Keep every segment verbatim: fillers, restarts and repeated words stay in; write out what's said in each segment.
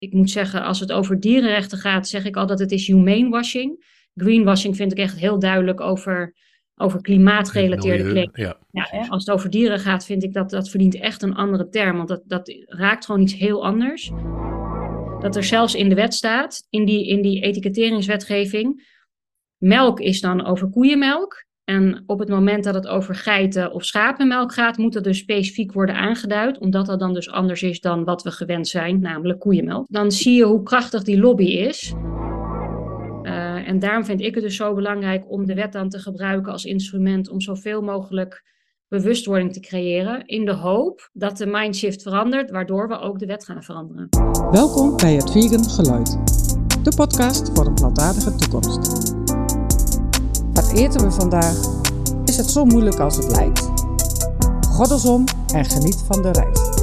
ik moet zeggen, als het over dierenrechten gaat, zeg ik al dat het is humane washing. Greenwashing vind ik echt heel duidelijk over, over Het klimaatgerelateerde milieu, kleding. ja, Ja, hè? precies. Als het over dieren gaat, vind ik dat dat verdient echt een andere term. Want dat, dat raakt gewoon iets heel anders. Dat er zelfs in de wet staat, in die, in die etiketteringswetgeving, melk is dan over koeienmelk. En op het moment dat het over geiten of schapenmelk gaat, moet dat dus specifiek worden aangeduid, omdat dat dan dus anders is dan wat we gewend zijn, namelijk koeienmelk. Dan zie je hoe krachtig die lobby is. Uh, en daarom vind ik het dus zo belangrijk om de wet dan te gebruiken als instrument om zoveel mogelijk bewustwording te creëren, in de hoop dat de mindshift verandert, waardoor we ook de wet gaan veranderen. Welkom bij het Vegan Geluid, de podcast voor een plantaardige toekomst. Wat eten we vandaag? Is het zo moeilijk als het lijkt? Goddelsom en geniet van de reis.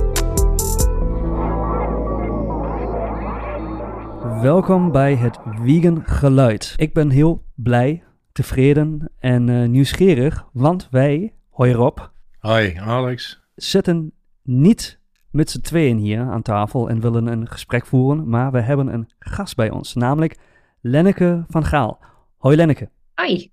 Welkom bij het Vegan Geluid. Ik ben heel blij, tevreden en uh, nieuwsgierig, want wij, hoi Rob, Hoi Alex. zitten niet met z'n tweeën hier aan tafel en willen een gesprek voeren, maar we hebben een gast bij ons, namelijk Lenneke van Gaal. Hoi Lenneke. Hoi.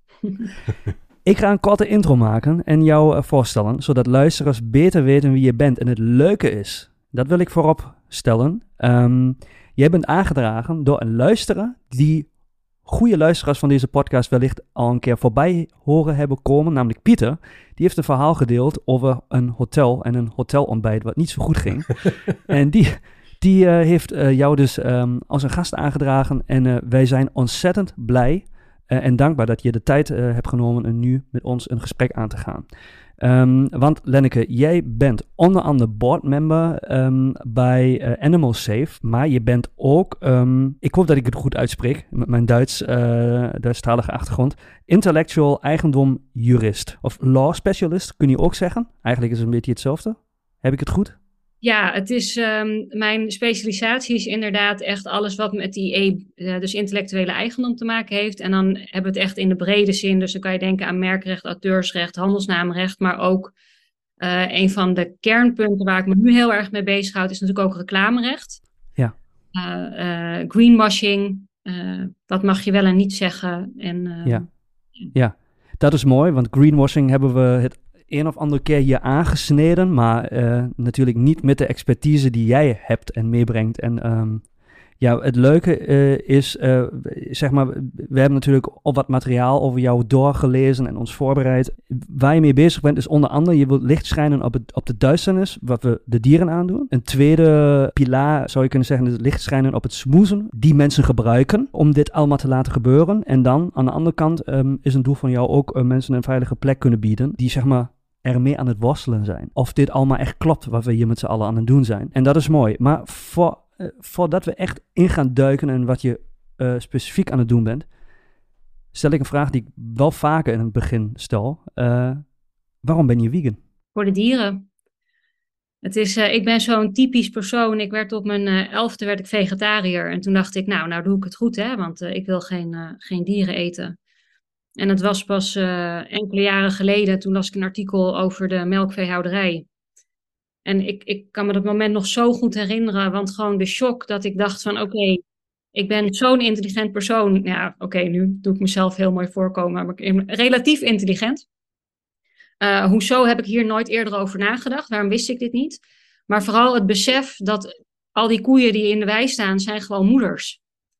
Ik ga een korte intro maken en jou uh, voorstellen, zodat luisteraars beter weten wie je bent. En het leuke is, dat wil ik voorop stellen, um, jij bent aangedragen door een luisteraar die goede luisteraars van deze podcast wellicht al een keer voorbij horen hebben komen, namelijk Pieter. Die heeft een verhaal gedeeld over een hotel en een hotelontbijt wat niet zo goed ging. En die, die uh, heeft uh, jou dus um, als een gast aangedragen en uh, wij zijn ontzettend blij uh, en dankbaar dat je de tijd uh, hebt genomen om nu met ons een gesprek aan te gaan. Um, want Lenneke, jij bent onder andere boardmember um, bij uh, Animal Safe, maar je bent ook, um, ik hoop dat ik het goed uitspreek, met mijn Duits, uh, Duitsstalige achtergrond, intellectual eigendom jurist, of law specialist, kun je ook zeggen. Eigenlijk is het een beetje hetzelfde. Heb ik het goed? Ja, het is, um, mijn specialisatie is inderdaad echt alles wat met die E, uh, dus intellectuele eigendom te maken heeft. En dan hebben we het echt in de brede zin. Dus dan kan je denken aan merkrecht, auteursrecht, handelsnaamrecht. Maar ook uh, een van de kernpunten waar ik me nu heel erg mee bezighoud is natuurlijk ook reclamerecht. Ja. Uh, uh, greenwashing, uh, wat mag je wel en niet zeggen. En, uh, ja. ja, dat is mooi, want greenwashing hebben we het een of andere keer hier aangesneden, maar uh, natuurlijk niet met de expertise die jij hebt en meebrengt. En um, ja, het leuke uh, is, uh, zeg maar, we hebben natuurlijk al wat materiaal over jou doorgelezen en ons voorbereid. Waar je mee bezig bent is onder andere, je wilt licht schijnen op, het, op de duisternis, wat we de dieren aandoen. Een tweede pilaar, zou je kunnen zeggen, is licht schijnen op het smoezen, die mensen gebruiken om dit allemaal te laten gebeuren. En dan, aan de andere kant, um, is een doel van jou ook uh, mensen een veilige plek kunnen bieden, die zeg maar ermee aan het worstelen zijn. Of dit allemaal echt klopt wat we hier met z'n allen aan het doen zijn. En dat is mooi. Maar voor, uh, voordat we echt in gaan duiken en wat je uh, specifiek aan het doen bent, stel ik een vraag die ik wel vaker in het begin stel. Uh, waarom ben je vegan? Voor de dieren. Het is, uh, ik ben zo'n typisch persoon. Ik werd op mijn uh, elfde werd ik vegetariër. En toen dacht ik, nou, nou doe ik het goed, hè. Want uh, ik wil geen, uh, geen dieren eten. En het was pas uh, enkele jaren geleden, toen las ik een artikel over de melkveehouderij. En ik, ik kan me dat moment nog zo goed herinneren, want gewoon de shock dat ik dacht van oké, okay, ik ben zo'n intelligent persoon. Ja, oké, okay, nu doe ik mezelf heel mooi voorkomen, maar ik ben relatief intelligent. Uh, hoezo heb ik hier nooit eerder over nagedacht? Waarom wist ik dit niet? Maar vooral het besef dat al die koeien die in de wei staan, zijn gewoon moeders.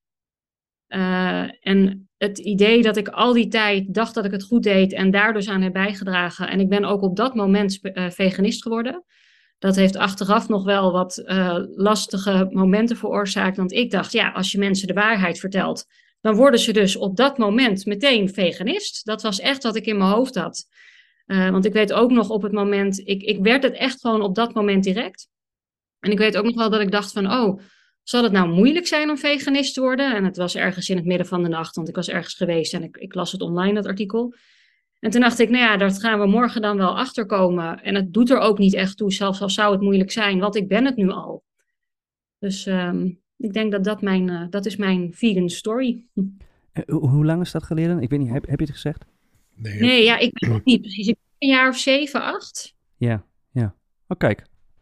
Uh, en het idee dat ik al die tijd dacht dat ik het goed deed en daar dus aan heb bijgedragen. En ik ben ook op dat moment uh, veganist geworden. Dat heeft achteraf nog wel wat uh, lastige momenten veroorzaakt. Want ik dacht, ja, als je mensen de waarheid vertelt, dan worden ze dus op dat moment meteen veganist. Dat was echt wat ik in mijn hoofd had. Uh, want ik weet ook nog op het moment, ik, ik werd het echt gewoon op dat moment direct. En ik weet ook nog wel dat ik dacht van, oh, zal het nou moeilijk zijn om veganist te worden? En het was ergens in het midden van de nacht, want ik was ergens geweest en ik, ik las het online, dat artikel. En toen dacht ik, nou ja, daar gaan we morgen dan wel achter komen. En het doet er ook niet echt toe, zelfs al zou het moeilijk zijn, want ik ben het nu al. Dus um, ik denk dat dat mijn, uh, dat is mijn vegan story. Uh, hoe lang is dat geleden? Ik weet niet, heb, heb je het gezegd? Nee, nee ja, ik weet het niet precies. Ik ben een jaar of zeven, acht. Ja, ja. Oh, kijk.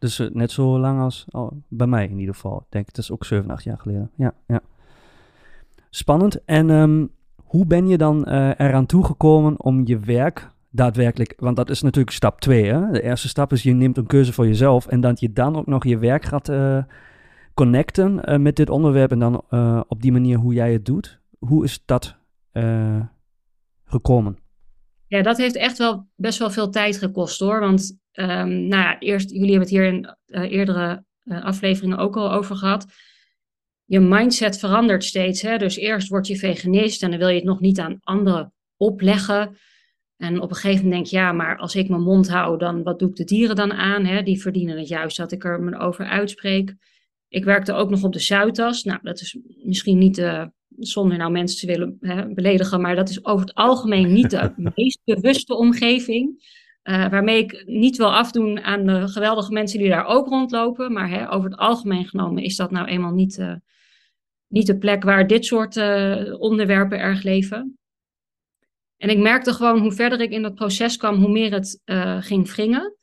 Dus uh, net zo lang als oh, bij mij in ieder geval. Ik denk, het is ook zeven, acht jaar geleden. Ja, ja. Spannend. En um, hoe ben je dan uh, eraan toegekomen om je werk daadwerkelijk... Want dat is natuurlijk stap twee, hè? De eerste stap is je neemt een keuze voor jezelf. En dat je dan ook nog je werk gaat uh, connecten uh, met dit onderwerp. En dan uh, op die manier hoe jij het doet. Hoe is dat uh, gekomen? Ja, dat heeft echt wel best wel veel tijd gekost hoor. Want um, nou ja, eerst, jullie hebben het hier in uh, eerdere uh, afleveringen ook al over gehad. Je mindset verandert steeds. Hè? Dus eerst word je veganist en dan wil je het nog niet aan anderen opleggen. En op een gegeven moment denk je, ja, maar als ik mijn mond hou, dan wat doe ik de dieren dan aan? Hè? Die verdienen het juist dat ik er me over uitspreek. Ik werkte ook nog op de Zuidas. Nou, dat is misschien niet... Uh, zonder nou mensen te willen hè, beledigen, maar dat is over het algemeen niet de meest bewuste omgeving. Uh, waarmee ik niet wil afdoen aan de geweldige mensen die daar ook rondlopen. Maar hè, over het algemeen genomen is dat nou eenmaal niet, uh, niet de plek waar dit soort uh, onderwerpen erg leven. En ik merkte gewoon hoe verder ik in dat proces kwam, hoe meer het uh, ging wringen.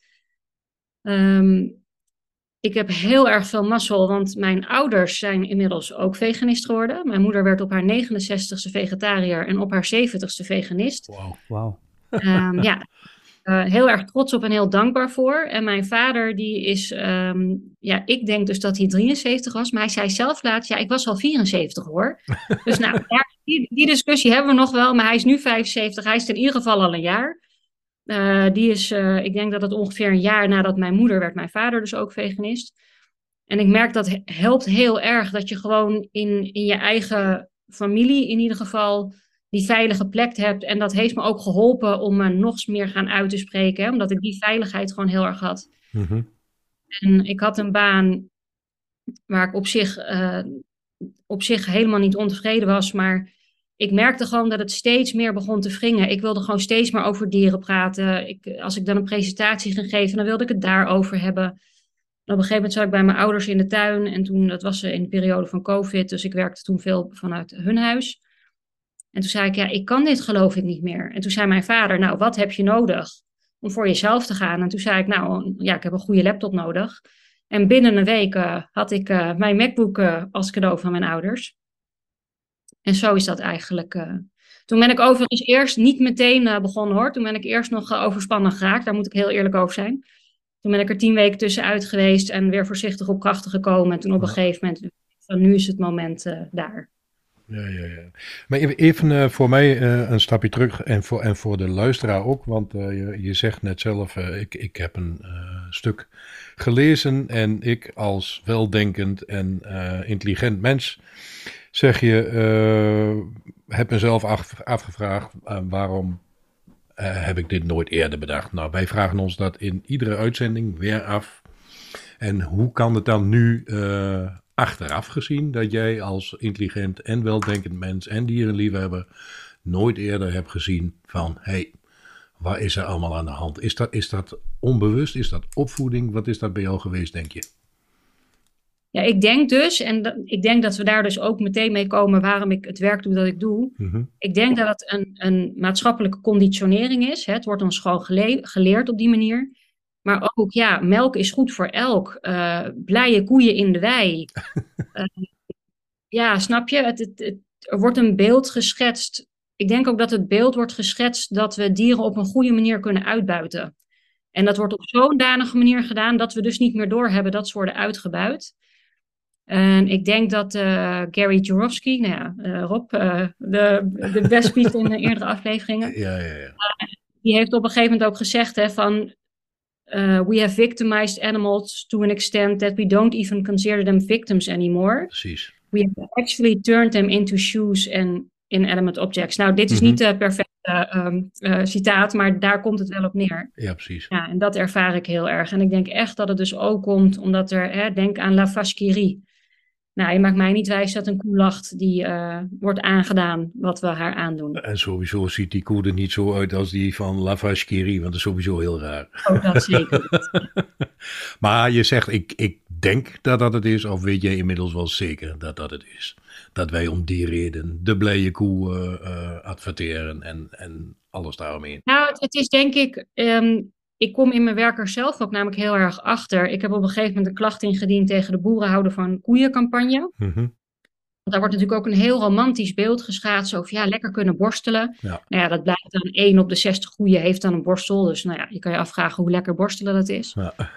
Um, Ik heb heel erg veel mazzel, want mijn ouders zijn inmiddels ook veganist geworden. Mijn moeder werd op haar negenenzestigste vegetariër en op haar zeventigste veganist. Wauw. Wow. Um, ja, uh, heel erg trots op en heel dankbaar voor. En mijn vader, die is, um, ja, ik denk dus dat hij drieënzeventig was, maar hij zei zelf laatst, ja, ik was al vierenzeventig hoor. Dus nou, ja, die, die discussie hebben we nog wel, maar hij is nu vijfenzeventig, hij is in ieder geval al een jaar. Uh, die is, uh, ik denk dat het ongeveer een jaar nadat mijn moeder werd, mijn vader dus ook veganist. En ik merk dat het helpt heel erg dat je gewoon in, in je eigen familie in ieder geval die veilige plek hebt. En dat heeft me ook geholpen om me nog meer gaan uit te spreken, hè, omdat ik die veiligheid gewoon heel erg had. Mm-hmm. En ik had een baan waar ik op zich, uh, op zich helemaal niet ontevreden was, maar... Ik merkte gewoon dat het steeds meer begon te wringen. Ik wilde gewoon steeds meer over dieren praten. Ik, als ik dan een presentatie ging geven, dan wilde ik het daarover hebben. En op een gegeven moment zat ik bij mijn ouders in de tuin. En toen, dat was in de periode van COVID. Dus ik werkte toen veel vanuit hun huis. En toen zei ik, ja, ik kan dit geloof ik niet meer. En toen zei mijn vader, nou, wat heb je nodig om voor jezelf te gaan? En toen zei ik, nou, ja, ik heb een goede laptop nodig. En binnen een week uh, had ik uh, mijn MacBook uh, als cadeau van mijn ouders. En zo is dat eigenlijk. Uh... Toen ben ik overigens eerst niet meteen uh, begonnen hoor. Toen ben ik eerst nog uh, overspannen geraakt. Daar moet ik heel eerlijk over zijn. Toen ben ik er tien weken tussenuit geweest en weer voorzichtig op krachten gekomen. En toen op een gegeven moment, van nu is het moment uh, daar. Ja, ja, ja. Maar even, even uh, voor mij uh, een stapje terug en voor, en voor de luisteraar ook. Want uh, je, je zegt net zelf, uh, ik, ik heb een uh, stuk gelezen. En ik als weldenkend en uh, intelligent mens... Zeg je, uh, heb mezelf af, afgevraagd uh, waarom uh, heb ik dit nooit eerder bedacht? Nou, wij vragen ons dat in iedere uitzending weer af. En hoe kan het dan nu uh, achteraf gezien dat jij als intelligent en weldenkend mens en dierenliefhebber nooit eerder hebt gezien van, hé, hey, wat is er allemaal aan de hand? Is dat, is dat onbewust? Is dat opvoeding? Wat is dat bij jou geweest, denk je? Ja, ik denk dus, en dat, ik denk dat we daar dus ook meteen mee komen waarom ik het werk doe dat ik doe. Mm-hmm. Ik denk dat het een, een maatschappelijke conditionering is. Hè? Het wordt ons gewoon gele- geleerd op die manier. Maar ook, ja, melk is goed voor elk. Uh, blije koeien in de wei. uh, ja, snap je? Het, het, het, er wordt een beeld geschetst. Ik denk ook dat het beeld wordt geschetst dat we dieren op een goede manier kunnen uitbuiten. En dat wordt op zo'n danige manier gedaan dat we dus niet meer doorhebben dat ze worden uitgebuit. En ik denk dat uh, Gary Jurovsky, nou ja, uh, Rob, uh, de, de best speech in de eerdere afleveringen, Ja, ja, ja. Uh, die heeft op een gegeven moment ook gezegd hè, van uh, we have victimized animals to an extent that we don't even consider them victims anymore. Precies. We have actually turned them into shoes and inanimate objects. Nou, dit is Mm-hmm. niet de perfecte um, uh, citaat, maar daar komt het wel op neer. Ja, precies. Ja, en dat ervaar ik heel erg. En ik denk echt dat het dus ook komt omdat er, hè, denk aan la vache qui rit. Nou, je maakt mij niet wijs dat een koe lacht die uh, wordt aangedaan wat we haar aandoen. En sowieso ziet die koe er niet zo uit als die van La Vache qui rit, want dat is sowieso heel raar. Ook dat zeker. Maar je zegt, ik, ik denk dat dat het is, of weet jij inmiddels wel zeker dat dat het is? Dat wij om die reden de blije koe uh, uh, adverteren en, en alles daaromheen. Nou, het, het is denk ik... Um, ik kom in mijn werk er zelf ook namelijk heel erg achter. Ik heb op een gegeven moment een klacht ingediend tegen de boerenhouder van koeiencampagne. Mm-hmm. Daar wordt natuurlijk ook een heel romantisch beeld geschaatst over ja, lekker kunnen borstelen. Ja. Nou ja, dat blijkt dan één op de zestig koeien heeft dan een borstel. Dus nou ja, je kan je afvragen hoe lekker borstelen dat is. Ja. Uh,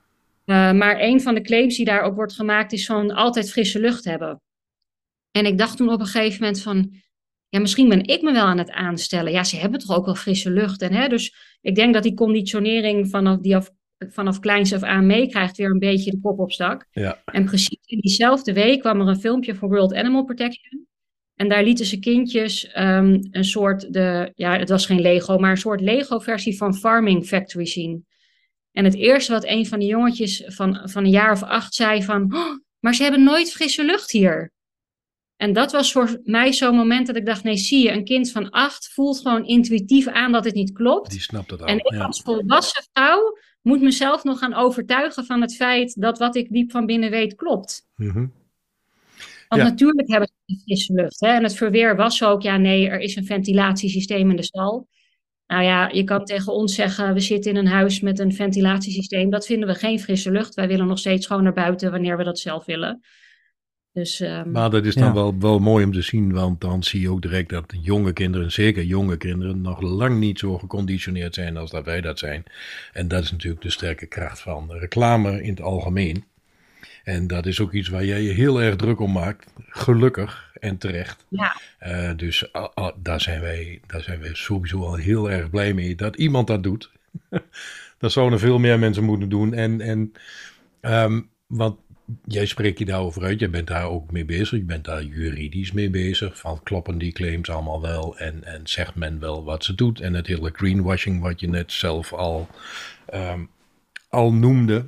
maar een van de claims die daar ook wordt gemaakt is van altijd frisse lucht hebben. En ik dacht toen op een gegeven moment van, ja, misschien ben ik me wel aan het aanstellen. Ja, ze hebben toch ook wel frisse lucht. En, hè, dus ik denk dat die conditionering vanaf, die af, vanaf kleins af aan meekrijgt weer een beetje de kop op stak. Ja. En precies in diezelfde week kwam er een filmpje voor World Animal Protection. En daar lieten ze kindjes um, een soort, de, ja, het was geen Lego, maar een soort Lego-versie van Farming Factory zien. En het eerste wat een van de jongetjes van, van een jaar of acht zei van, oh, maar ze hebben nooit frisse lucht hier. En dat was voor mij zo'n moment dat ik dacht, nee, zie je, een kind van acht voelt gewoon intuïtief aan dat het niet klopt. Die snapt het al. En ik ja. als volwassen vrouw moet mezelf nog gaan overtuigen van het feit dat wat ik diep van binnen weet klopt. Mm-hmm. Want Ja. natuurlijk hebben ze frisse lucht. Hè? En het verweer was ook, ja nee, er is een ventilatiesysteem in de stal. Nou ja, je kan tegen ons zeggen, we zitten in een huis met een ventilatiesysteem. Dat vinden we geen frisse lucht. Wij willen nog steeds gewoon naar buiten wanneer we dat zelf willen. Dus, um... Maar dat is dan Ja. wel, wel mooi om te zien, want dan zie je ook direct dat jonge kinderen, zeker jonge kinderen, nog lang niet zo geconditioneerd zijn als dat wij dat zijn. En dat is natuurlijk de sterke kracht van reclame in het algemeen. En dat is ook iets waar jij je heel erg druk om maakt, gelukkig en terecht. Ja. Uh, dus uh, uh, daar, zijn wij, daar zijn wij sowieso al heel erg blij mee dat iemand dat doet. Dat zouden veel meer mensen moeten doen. En, en um, want jij spreekt je daarover uit, jij bent daar ook mee bezig, je bent daar juridisch mee bezig. Van kloppen die claims allemaal wel en, en zegt men wel wat ze doet. En het hele greenwashing wat je net zelf al, um, al noemde.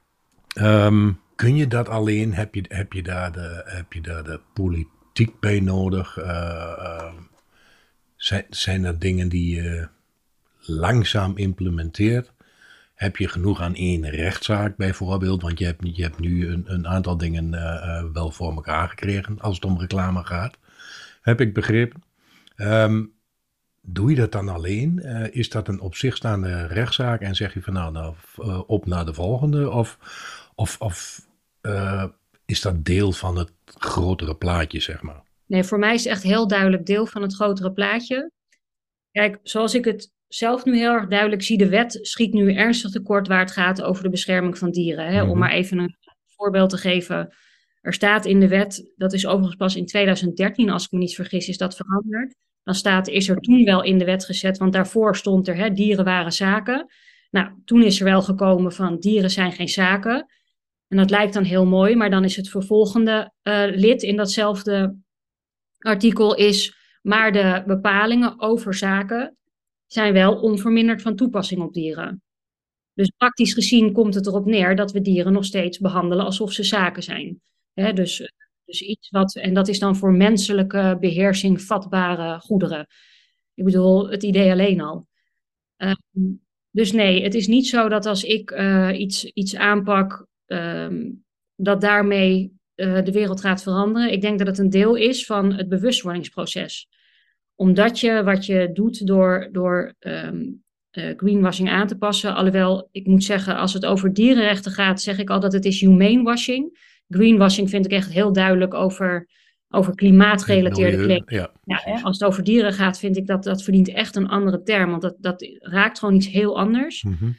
Um, kun je dat alleen, heb je, heb je, daar, de, heb je daar de politiek bij nodig? Uh, uh, zijn, zijn er dingen die je langzaam implementeert? Heb je genoeg aan één rechtszaak bijvoorbeeld? Want je hebt, je hebt nu een, een aantal dingen uh, uh, wel voor elkaar gekregen als het om reclame gaat. Heb ik begrepen. Um, doe je dat dan alleen? Uh, is dat een op zich staande rechtszaak en zeg je van nou, nou uh, op naar de volgende? Of, of, of uh, is dat deel van het grotere plaatje, zeg maar? Nee, voor mij is het echt heel duidelijk deel van het grotere plaatje. Kijk, zoals ik het zelf nu heel erg duidelijk zie, de wet schiet nu ernstig tekort waar het gaat over de bescherming van dieren. Hè? Mm-hmm. Om maar even een voorbeeld te geven. Er staat in de wet, dat is overigens pas in tweeduizend dertien, als ik me niet vergis, is dat veranderd. Dan staat, is er toen wel in de wet gezet, want daarvoor stond er, hè, dieren waren zaken. Nou, toen is er wel gekomen van, dieren zijn geen zaken. En dat lijkt dan heel mooi, maar dan is het vervolgende uh, lid in datzelfde artikel is, maar de bepalingen over zaken zijn wel onverminderd van toepassing op dieren. Dus praktisch gezien komt het erop neer dat we dieren nog steeds behandelen alsof ze zaken zijn. He, dus, dus iets wat, en dat is dan voor menselijke beheersing vatbare goederen. Ik bedoel, het idee alleen al. Uh, dus nee, het is niet zo dat als ik uh, iets, iets aanpak, uh, dat daarmee uh, de wereld gaat veranderen. Ik denk dat het een deel is van het bewustwordingsproces. Omdat je wat je doet door, door um, uh, greenwashing aan te passen. Alhoewel, ik moet zeggen, als het over dierenrechten gaat, zeg ik al dat het is humane washing. Greenwashing vind ik echt heel duidelijk over, over klimaatgerelateerde kleding. Ja, ja, hè, als het over dieren gaat, vind ik dat dat verdient echt een andere term. Want dat, dat raakt gewoon iets heel anders. Mm-hmm.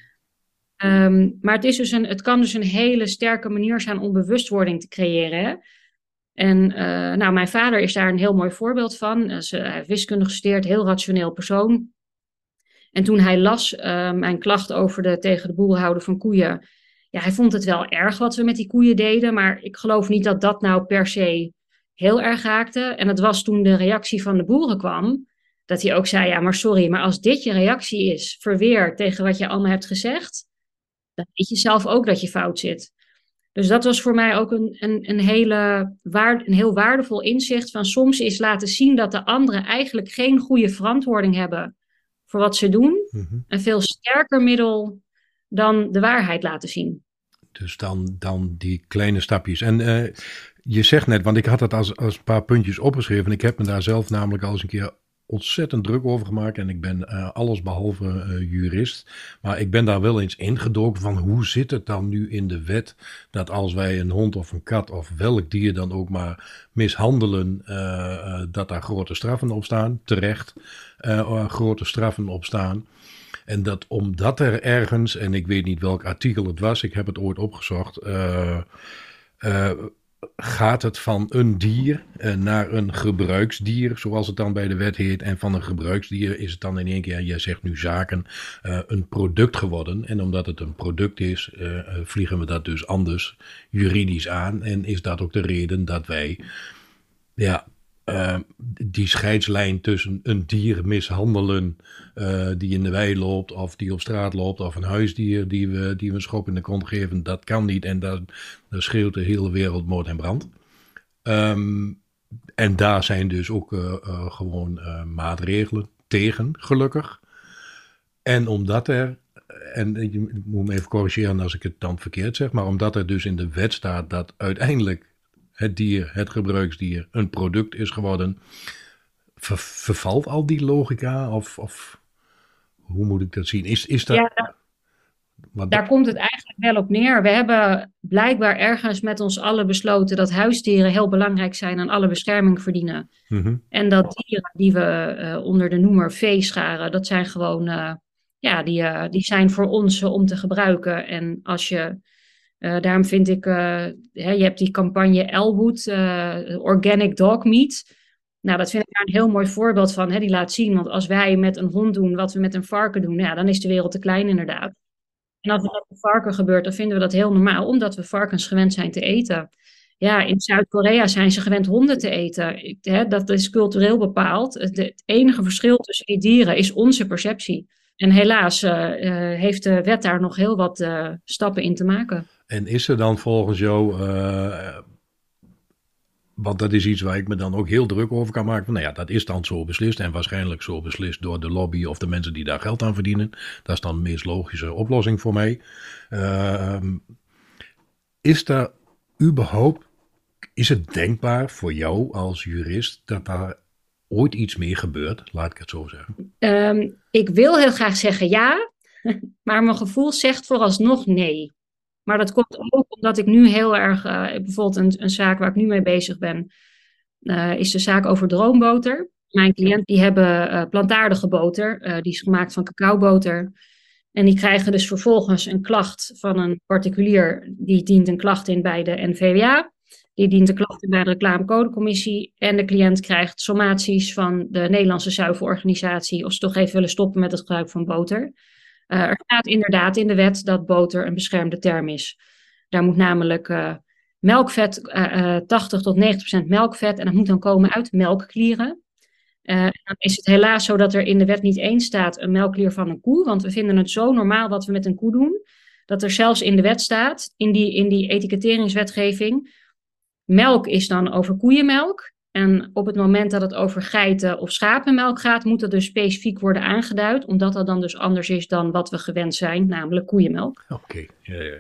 Um, maar het, is dus een, het kan dus een hele sterke manier zijn om bewustwording te creëren. Hè? En uh, nou, mijn vader is daar een heel mooi voorbeeld van. Uh, ze, hij heeft wiskunde gestudeerd, heel rationeel persoon. En toen hij las uh, mijn klacht over de, tegen de boerenhouder van koeien. Ja, hij vond het wel erg wat we met die koeien deden. Maar ik geloof niet dat dat nou per se heel erg raakte. En het was toen de reactie van de boeren kwam. Dat hij ook zei, ja maar sorry, maar als dit je reactie is, verweer tegen wat je allemaal hebt gezegd. Dan weet je zelf ook dat je fout zit. Dus dat was voor mij ook een, een, een, hele waard, een heel waardevol inzicht van soms is laten zien dat de anderen eigenlijk geen goede verantwoording hebben voor wat ze doen. Mm-hmm. Een veel sterker middel dan de waarheid laten zien. Dus dan, dan die kleine stapjes. En uh, je zegt net, want ik had dat als, als een paar puntjes opgeschreven. Ik heb me daar zelf namelijk al eens een keer ontzettend druk over gemaakt en ik ben uh, alles behalve uh, jurist. Maar ik ben daar wel eens ingedoken van hoe zit het dan nu in de wet dat als wij een hond of een kat of welk dier dan ook maar mishandelen, uh, uh, dat daar grote straffen op staan, terecht uh, grote straffen op staan. En dat omdat er ergens, en ik weet niet welk artikel het was, ik heb het ooit opgezocht, uh, uh, gaat het van een dier uh, naar een gebruiksdier, zoals het dan bij de wet heet. En van een gebruiksdier is het dan in één keer, jij zegt nu zaken, uh, een product geworden. En omdat het een product is, uh, vliegen we dat dus anders juridisch aan. En is dat ook de reden dat wij ja, uh, die scheidslijn tussen een dier mishandelen uh, die in de wei loopt of die op straat loopt of een huisdier die we, die we een schop in de kont geven, dat kan niet en daar, daar schreeuwt de hele wereld moord en brand. Um, en daar zijn dus ook uh, uh, gewoon uh, maatregelen tegen, gelukkig. En omdat er, en je moet me even corrigeren als ik het dan verkeerd zeg, maar omdat er dus in de wet staat dat uiteindelijk het dier, het gebruiksdier, een product is geworden, ver, vervalt al die logica? Of, of hoe moet ik dat zien? Is, is dat... Ja, daar, daar dat... komt het eigenlijk wel op neer. We hebben blijkbaar ergens met ons allen besloten dat huisdieren heel belangrijk zijn en alle bescherming verdienen. Mm-hmm. En dat dieren die we uh, onder de noemer vee scharen, dat zijn gewoon, uh, ja, die, uh, die zijn voor ons uh, om te gebruiken. En als je... Uh, daarom vind ik, uh, hè, je hebt die campagne Elwood, uh, Organic Dog Meat. Nou, dat vind ik daar een heel mooi voorbeeld van. Hè, die laat zien, want als wij met een hond doen wat we met een varken doen, ja, dan is de wereld te klein inderdaad. En als het met een varken gebeurt, dan vinden we dat heel normaal, omdat we varkens gewend zijn te eten. Ja, in Zuid-Korea zijn ze gewend honden te eten. Ik, hè, dat is cultureel bepaald. Het, het enige verschil tussen die dieren is onze perceptie. En helaas uh, uh, heeft de wet daar nog heel wat uh, stappen in te maken. En is er dan volgens jou, uh, want dat is iets waar ik me dan ook heel druk over kan maken. Van, nou ja, dat is dan zo beslist en waarschijnlijk zo beslist door de lobby of de mensen die daar geld aan verdienen. Dat is dan de meest logische oplossing voor mij. Uh, is er überhaupt, is het denkbaar voor jou als jurist dat daar ooit iets meer gebeurt? Laat ik het zo zeggen. Um, ik wil heel graag zeggen ja, maar mijn gevoel zegt vooralsnog nee. Maar dat komt ook omdat ik nu heel erg, uh, bijvoorbeeld een, een zaak waar ik nu mee bezig ben, uh, is de zaak over droomboter. Mijn cliënten die hebben uh, plantaardige boter, uh, die is gemaakt van cacaoboter. En die krijgen dus vervolgens een klacht van een particulier, die dient een klacht in bij de N V W A. Die dient een klacht in bij de reclamecodecommissie. En de cliënt krijgt sommaties van de Nederlandse zuivelorganisatie of ze toch even willen stoppen met het gebruik van boter. Uh, er staat inderdaad in de wet dat boter een beschermde term is. Daar moet namelijk uh, melkvet, uh, uh, tachtig tot negentig procent melkvet, en dat moet dan komen uit melkklieren. Uh, dan is het helaas zo dat er in de wet niet eens staat een melkklier van een koe, want we vinden het zo normaal wat we met een koe doen, dat er zelfs in de wet staat, in die, in die etiketteringswetgeving, melk is dan over koeienmelk. En op het moment dat het over geiten of schapenmelk gaat, moet dat dus specifiek worden aangeduid, omdat dat dan dus anders is dan wat we gewend zijn, namelijk koeienmelk. Oké, okay. ja, ja.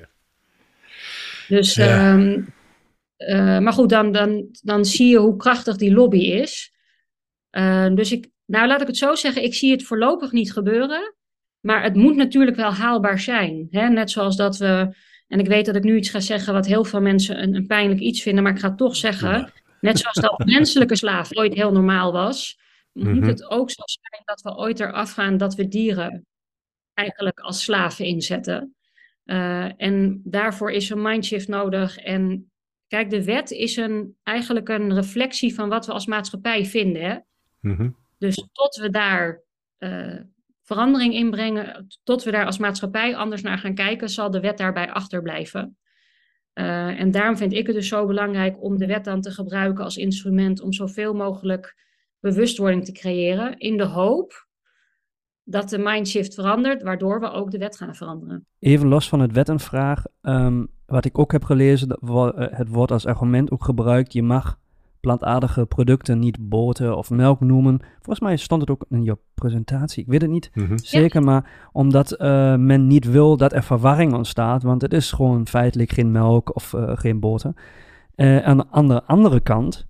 Dus, ja. Um, uh, maar goed, dan, dan, dan zie je hoe krachtig die lobby is. Uh, dus ik, nou laat ik het zo zeggen, ik zie het voorlopig niet gebeuren, maar het moet natuurlijk wel haalbaar zijn. Hè? Net zoals dat we, en ik weet dat ik nu iets ga zeggen wat heel veel mensen een, een pijnlijk iets vinden, maar ik ga het toch zeggen... Ja. Net zoals dat menselijke slaaf ooit heel normaal was, mm-hmm. moet het ook zo zijn dat we ooit eraf gaan dat we dieren eigenlijk als slaven inzetten. Uh, en daarvoor is een mindshift nodig. En kijk, de wet is een, eigenlijk een reflectie van wat we als maatschappij vinden. Hè? Mm-hmm. Dus tot we daar uh, verandering in brengen, tot we daar als maatschappij anders naar gaan kijken, zal de wet daarbij achterblijven. Uh, en daarom vind ik het dus zo belangrijk om de wet dan te gebruiken als instrument om zoveel mogelijk bewustwording te creëren, in de hoop dat de mindshift verandert, waardoor we ook de wet gaan veranderen. Even los van het wettenvraag, um, wat ik ook heb gelezen, dat wo- het wordt als argument ook gebruikt, je mag plantaardige producten niet boter of melk noemen. Volgens mij stond het ook in je presentatie, ik weet het niet mm-hmm. zeker, ja. Maar omdat uh, men niet wil dat er verwarring ontstaat, want het is gewoon feitelijk geen melk of uh, geen boter. Uh, aan de andere, andere kant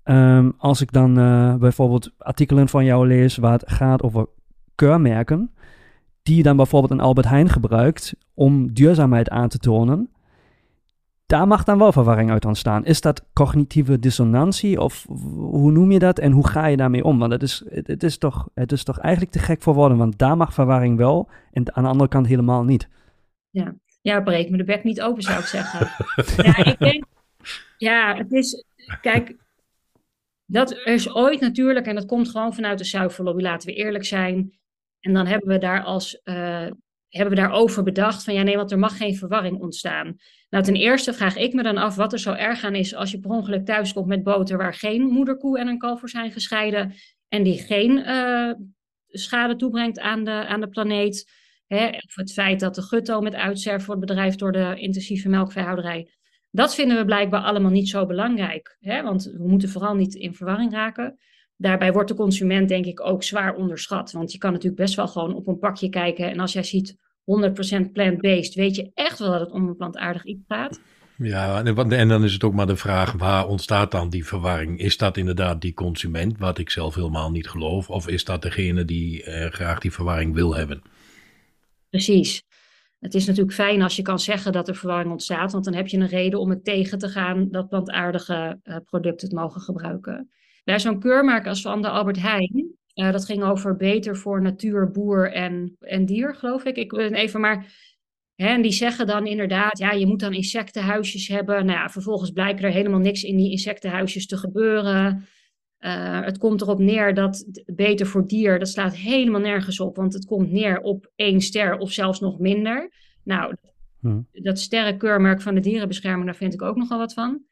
Um, als ik dan uh, bijvoorbeeld artikelen van jou lees waar het gaat over keurmerken, die je dan bijvoorbeeld een Albert Heijn gebruikt om duurzaamheid aan te tonen, daar mag dan wel verwarring uit ontstaan. Is dat cognitieve dissonantie of hoe noem je dat en hoe ga je daarmee om? Want het is, het, het is, toch, het is toch eigenlijk te gek voor woorden, want daar mag verwarring wel en aan de andere kant helemaal niet. Ja, ja breek me de bek niet open, zou ik zeggen. ja, ik denk, ja, het is, kijk, dat is ooit natuurlijk, en dat komt gewoon vanuit de zuivelobby, laten we eerlijk zijn. En dan hebben we daar als, uh, hebben we daarover bedacht van ja nee, want er mag geen verwarring ontstaan. Nou, ten eerste vraag ik me dan af wat er zo erg aan is als je per ongeluk thuiskomt met boter waar geen moederkoe en een kalf voor zijn gescheiden en die geen uh, schade toebrengt aan de, aan de planeet. Hè? Of het feit dat de gutto met uitsterven wordt bedreigd door de intensieve melkveehouderij. Dat vinden we blijkbaar allemaal niet zo belangrijk. Hè? Want we moeten vooral niet in verwarring raken. Daarbij wordt de consument denk ik ook zwaar onderschat. Want je kan natuurlijk best wel gewoon op een pakje kijken. En als jij ziet honderd procent plant-based, weet je echt wel dat het om een plantaardig iets gaat. Ja, en, en dan is het ook maar de vraag, waar ontstaat dan die verwarring? Is dat inderdaad die consument, wat ik zelf helemaal niet geloof? Of is dat degene die eh, graag die verwarring wil hebben? Precies. Het is natuurlijk fijn als je kan zeggen dat er verwarring ontstaat. Want dan heb je een reden om het tegen te gaan dat plantaardige uh, producten het mogen gebruiken. Bij zo'n keurmerk als van de Albert Heijn, uh, dat ging over beter voor natuur, boer en, en dier, geloof ik. Ik ben even maar, hè, en die zeggen dan inderdaad, ja, je moet dan insectenhuisjes hebben. Nou ja, vervolgens blijkt er helemaal niks in die insectenhuisjes te gebeuren. Uh, het komt erop neer dat beter voor dier, dat slaat helemaal nergens op, want het komt neer op één ster of zelfs nog minder. Nou, hmm. dat sterrenkeurmerk van de dierenbescherming, daar vind ik ook nogal wat van.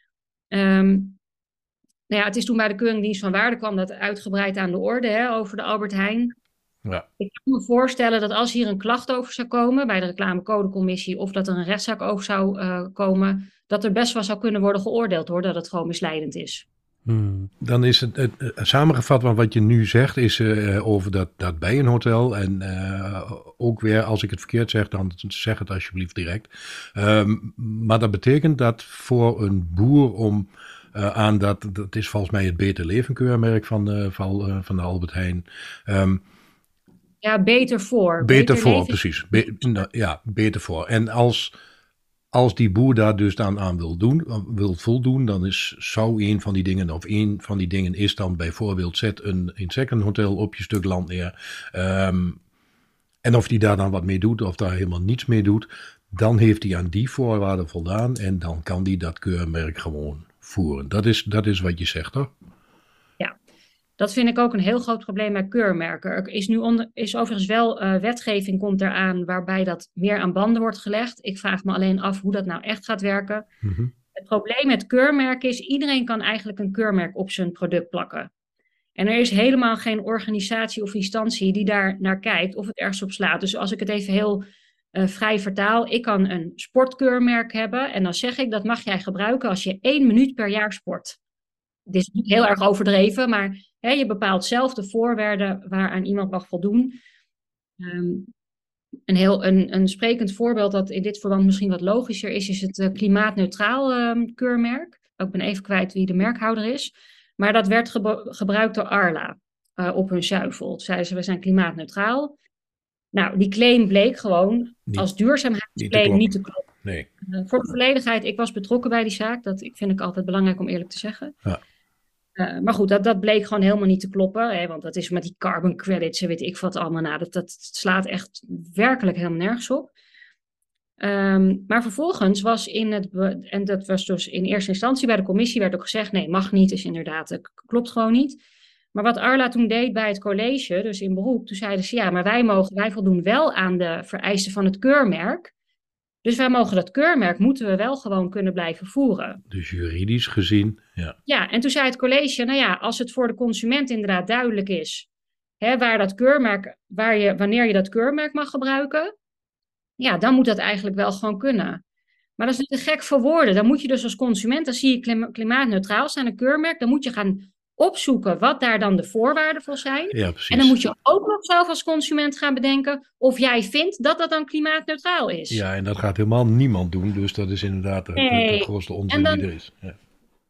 Um, Nou ja, het is toen bij de Keuringdienst van Waarde kwam dat uitgebreid aan de orde, hè, over de Albert Heijn. Ja. Ik kan me voorstellen dat als hier een klacht over zou komen bij de reclamecodecommissie of dat er een rechtszaak over zou uh, komen, dat er best wel zou kunnen worden geoordeeld hoor, dat het gewoon misleidend is. Hmm. Dan is het, het, het samengevat, want wat je nu zegt is uh, over dat, dat bijenhotel en uh, ook weer, als ik het verkeerd zeg, dan zeg het alsjeblieft direct. Um, maar dat betekent dat voor een boer om Uh, aan dat, dat is volgens mij het Beter Leven keurmerk van, uh, van, uh, van de Albert Heijn. Um, ja, beter voor. Beter, beter voor, leven. Precies. Be, nou, ja, beter voor. En als, als die boer daar dus dan aan wil, doen, wil voldoen, dan is, zou een van die dingen, of een van die dingen is dan bijvoorbeeld zet een insectenhotel op je stuk land neer. Um, en of die daar dan wat mee doet, of daar helemaal niets mee doet, dan heeft hij aan die voorwaarden voldaan en dan kan die dat keurmerk gewoon voeren. Dat is, dat is wat je zegt, toch? Ja, dat vind ik ook een heel groot probleem met keurmerken. Er is nu onder, is overigens wel uh, wetgeving komt eraan waarbij dat meer aan banden wordt gelegd. Ik vraag me alleen af hoe dat nou echt gaat werken. Mm-hmm. Het probleem met keurmerken is, iedereen kan eigenlijk een keurmerk op zijn product plakken. En er is helemaal geen organisatie of instantie die daar naar kijkt of het ergens op slaat. Dus als ik het even heel Uh, vrij vertaal, ik kan een sportkeurmerk hebben en dan zeg ik dat mag jij gebruiken als je één minuut per jaar sport. Dit is niet heel erg overdreven, maar hè, je bepaalt zelf de voorwaarden waaraan iemand mag voldoen. Um, een, heel, een, een sprekend voorbeeld dat in dit verband misschien wat logischer is, is het uh, klimaatneutraal um, keurmerk. Ik ben even kwijt wie de merkhouder is, maar dat werd ge- gebruikt door Arla uh, op hun zuivel. Toen zeiden ze, we zijn klimaatneutraal. Nou, die claim bleek gewoon niet, als duurzaamheidsclaim niet te kloppen. Nee. Uh, voor de volledigheid, ik was betrokken bij die zaak. Dat ik vind ik altijd belangrijk om eerlijk te zeggen. Ja. Uh, maar goed, dat, dat bleek gewoon helemaal niet te kloppen. Hè, want dat is met die carbon credits, weet ik wat allemaal na. Dat, dat slaat echt werkelijk helemaal nergens op. Um, maar vervolgens was in het, be- en dat was dus in eerste instantie bij de commissie, werd ook gezegd, nee, mag niet, is inderdaad, dat klopt gewoon niet. Maar wat Arla toen deed bij het college, dus in beroep, toen zeiden ze, ja, maar wij mogen, wij voldoen wel aan de vereisten van het keurmerk. Dus wij mogen dat keurmerk, moeten we wel gewoon kunnen blijven voeren. Dus juridisch gezien, ja. Ja, en toen zei het college, nou ja, als het voor de consument inderdaad duidelijk is, hè, waar dat keurmerk, waar je, wanneer je dat keurmerk mag gebruiken, ja, dan moet dat eigenlijk wel gewoon kunnen. Maar dat is niet te gek voor woorden. Dan moet je dus als consument, dan zie je klima- klimaatneutraal staan, een keurmerk, dan moet je gaan opzoeken wat daar dan de voorwaarden voor zijn. Ja, precies. En dan moet je ook nog zelf als consument gaan bedenken of jij vindt dat dat dan klimaatneutraal is. Ja, en dat gaat helemaal niemand doen, dus dat is inderdaad de, nee. de, de grootste onzin dan, die er is. Ja.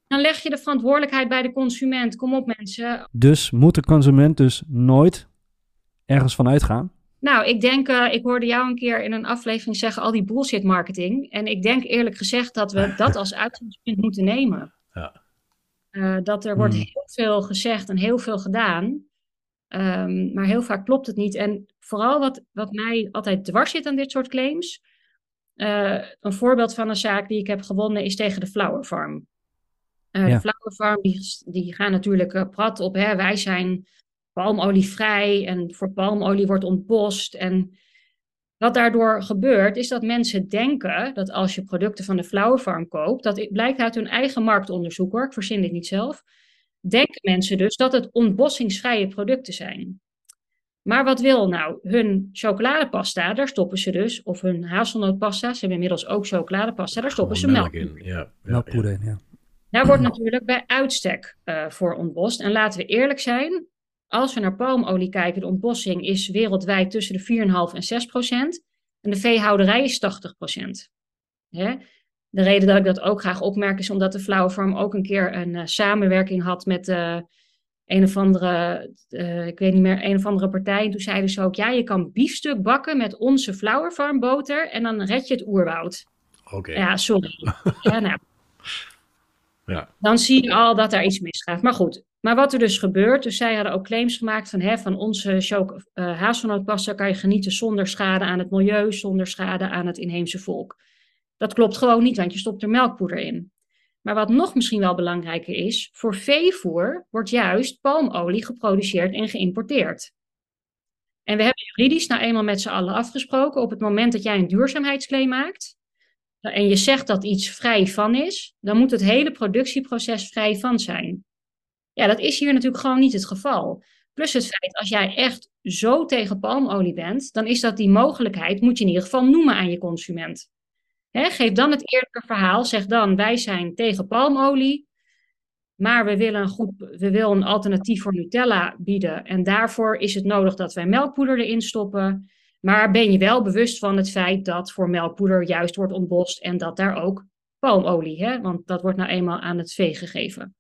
Dan leg je de verantwoordelijkheid bij de consument. Kom op mensen. Dus moet de consument dus nooit ergens van uitgaan? Nou, ik denk, uh, ik hoorde jou een keer in een aflevering zeggen al die bullshit marketing. En ik denk eerlijk gezegd dat we dat als uitgangspunt moeten nemen. Ja. Uh, dat er wordt Hmm. heel veel gezegd en heel veel gedaan. Um, maar heel vaak klopt het niet. En vooral wat, wat mij altijd dwars zit aan dit soort claims. Uh, een voorbeeld van een zaak die ik heb gewonnen is tegen de Flower Farm. Uh, Ja. De Flower Farm die, die gaan natuurlijk uh, prat op. Hè? Wij zijn palmolievrij en voor palmolie wordt ontbost. En wat daardoor gebeurt is dat mensen denken dat als je producten van de Flower Farm koopt, dat het blijkt uit hun eigen marktonderzoek hoor, ik verzin dit niet zelf, denken mensen dus dat het ontbossingsvrije producten zijn. Maar wat wil nou? Hun chocoladepasta, daar stoppen ze dus, of hun hazelnootpasta, ze hebben inmiddels ook chocoladepasta, daar stoppen Gewoon ze melk melk in. Ja, ja, Melkpoeder, ja. ja. Daar wordt natuurlijk bij uitstek uh, voor ontbost. En laten we eerlijk zijn, als we naar palmolie kijken, de ontbossing is wereldwijd tussen de vier komma vijf en zes procent. En de veehouderij is tachtig procent. Hè? De reden dat ik dat ook graag opmerk is omdat de Flower Farm ook een keer een uh, samenwerking had met uh, een of andere, uh, ik weet niet meer, een of andere partij. En toen zeiden ze ook, ja, je kan biefstuk bakken met onze Flower Farm boter en dan red je het oerwoud. Oké. Okay. Ja, sorry. ja, nou. Ja. Dan zie je al dat daar iets misgaat. Maar goed, maar wat er dus gebeurt, dus zij hadden ook claims gemaakt van, hè, van onze choc- uh, hazelnootpasta kan je genieten zonder schade aan het milieu, zonder schade aan het inheemse volk. Dat klopt gewoon niet, want je stopt er melkpoeder in. Maar wat nog misschien wel belangrijker is, voor veevoer wordt juist palmolie geproduceerd en geïmporteerd. En we hebben juridisch nou eenmaal met z'n allen afgesproken, op het moment dat jij een duurzaamheidsclaim maakt, en je zegt dat iets vrij van is, dan moet het hele productieproces vrij van zijn. Ja, dat is hier natuurlijk gewoon niet het geval. Plus het feit, als jij echt zo tegen palmolie bent, dan is dat die mogelijkheid, moet je in ieder geval noemen aan je consument. Hè, geef dan het eerlijke verhaal, zeg dan, wij zijn tegen palmolie, maar we willen, een goed, we willen een alternatief voor Nutella bieden. En daarvoor is het nodig dat wij melkpoeder erin stoppen. Maar ben je wel bewust van het feit dat voor melkpoeder juist wordt ontbost en dat daar ook palmolie, hè? Want dat wordt nou eenmaal aan het vee gegeven.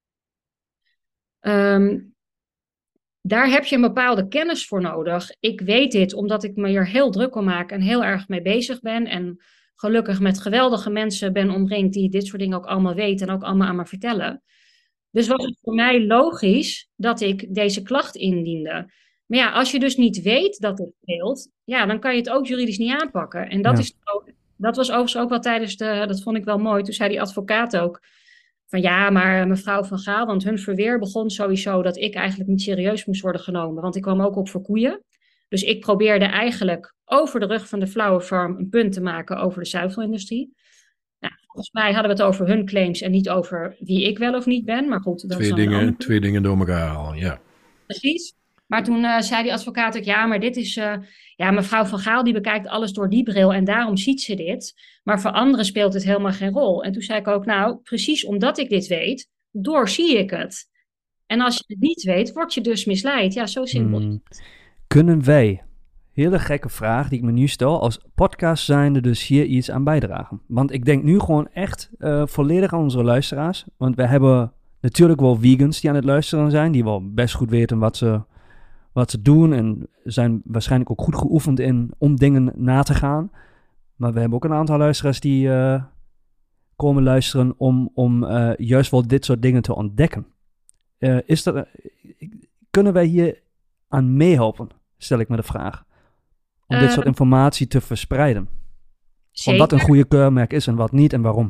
Um, daar heb je een bepaalde kennis voor nodig. Ik weet dit omdat ik me hier heel druk om maak en heel erg mee bezig ben. En gelukkig met geweldige mensen ben omringd die dit soort dingen ook allemaal weten en ook allemaal aan me vertellen. Dus was het voor mij logisch dat ik deze klacht indiende. Maar ja, als je dus niet weet dat het speelt, ja, dan kan je het ook juridisch niet aanpakken. En dat, Ja. is ook, dat was overigens ook wel tijdens de, dat vond ik wel mooi, toen zei die advocaat ook, van ja, maar mevrouw Van Gaal, want hun verweer begon sowieso dat ik eigenlijk niet serieus moest worden genomen, want ik kwam ook op voor koeien. Dus ik probeerde eigenlijk over de rug van de Flower Farm een punt te maken over de zuivelindustrie. Nou, volgens mij hadden we het over hun claims en niet over wie ik wel of niet ben. Maar goed, dat Twee is dan een dingen, ander- twee dingen door elkaar halen, ja. Precies. Maar toen uh, zei die advocaat ook, ja, maar dit is... Uh, ja, mevrouw Van Gaal die bekijkt alles door die bril en daarom ziet ze dit. Maar voor anderen speelt het helemaal geen rol. En toen zei ik ook, nou, precies omdat ik dit weet, doorzie ik het. En als je het niet weet, word je dus misleid. Ja, zo simpel. Hmm. Kunnen wij, hele gekke vraag die ik me nu stel, als podcast zijnde dus hier iets aan bijdragen? Want ik denk nu gewoon echt uh, volledig aan onze luisteraars. Want we hebben natuurlijk wel vegans die aan het luisteren zijn, die wel best goed weten wat ze, wat ze doen en zijn waarschijnlijk ook goed geoefend in om dingen na te gaan. Maar we hebben ook een aantal luisteraars die uh, komen luisteren om, om uh, juist wel dit soort dingen te ontdekken. Uh, is dat, uh, kunnen wij hier aan meehelpen, stel ik me de vraag. Om uh, dit soort informatie te verspreiden. Zeker. Om wat een goede keurmerk is en wat niet en waarom.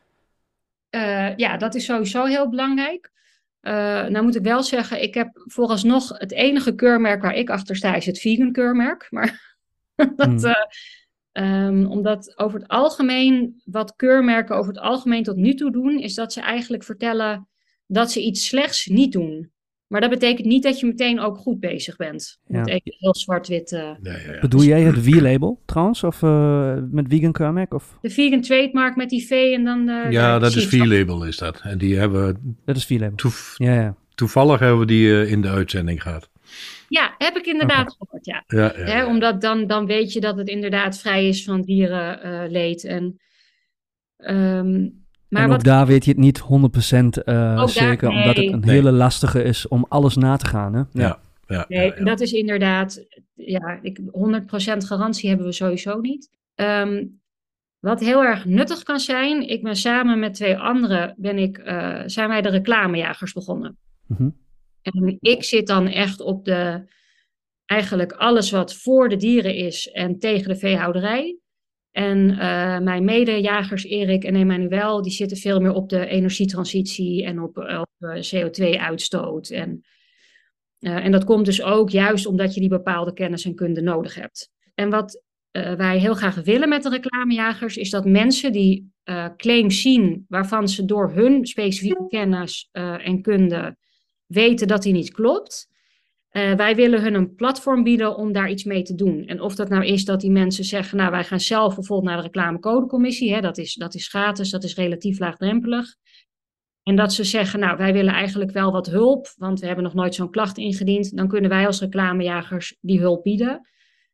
Uh, ja, dat is sowieso heel belangrijk. Uh, nou moet ik wel zeggen, ik heb vooralsnog het enige keurmerk waar ik achter sta is het vegan keurmerk. Maar dat, hmm. uh, um, omdat over het algemeen, wat keurmerken over het algemeen tot nu toe doen, is dat ze eigenlijk vertellen dat ze iets slechts niet doen. Maar dat betekent niet dat je meteen ook goed bezig bent. Om ja. het even heel zwart-wit... Uh, ja, ja, ja. Bedoel jij het V-label trouwens? Of uh, met vegan keurmerk? Of? De vegan trademark met die V en dan... Uh, ja, dat is V-label is dat. En die hebben... Dat is V-label. Toef- ja, ja. Toevallig hebben we die uh, in de uitzending gehad. Ja, heb ik inderdaad okay. gehoord, ja. ja, ja, Hè, ja. Omdat dan, dan weet je dat het inderdaad vrij is van dierenleed. Uh, en... Um, Maar en wat, ook daar weet je het niet honderd procent uh, ook zeker, daar, nee. omdat het een Nee. hele lastige is om alles na te gaan. Hè? Ja. Ja. Ja, Nee, ja, ja. dat is inderdaad, ja, ik, honderd procent garantie hebben we sowieso niet. Um, wat heel erg nuttig kan zijn, ik ben samen met twee anderen, ben ik, uh, zijn wij de reclamejagers begonnen. Mm-hmm. En ik zit dan echt op de, eigenlijk alles wat voor de dieren is en tegen de veehouderij. En uh, mijn medejagers Erik en Emmanuel, die zitten veel meer op de energietransitie en op, op uh, C O twee uitstoot. En, uh, en dat komt dus ook juist omdat je die bepaalde kennis en kunde nodig hebt. En wat uh, wij heel graag willen met de reclamejagers, is dat mensen die uh, claims zien waarvan ze door hun specifieke kennis uh, en kunde weten dat die niet klopt. Uh, wij willen hun een platform bieden om daar iets mee te doen. En of dat nou is dat die mensen zeggen, nou wij gaan zelf bijvoorbeeld naar de reclamecodecommissie. Hè, dat is, dat is gratis, dat is relatief laagdrempelig. En dat ze zeggen, nou wij willen eigenlijk wel wat hulp, want we hebben nog nooit zo'n klacht ingediend. Dan kunnen wij als reclamejagers die hulp bieden.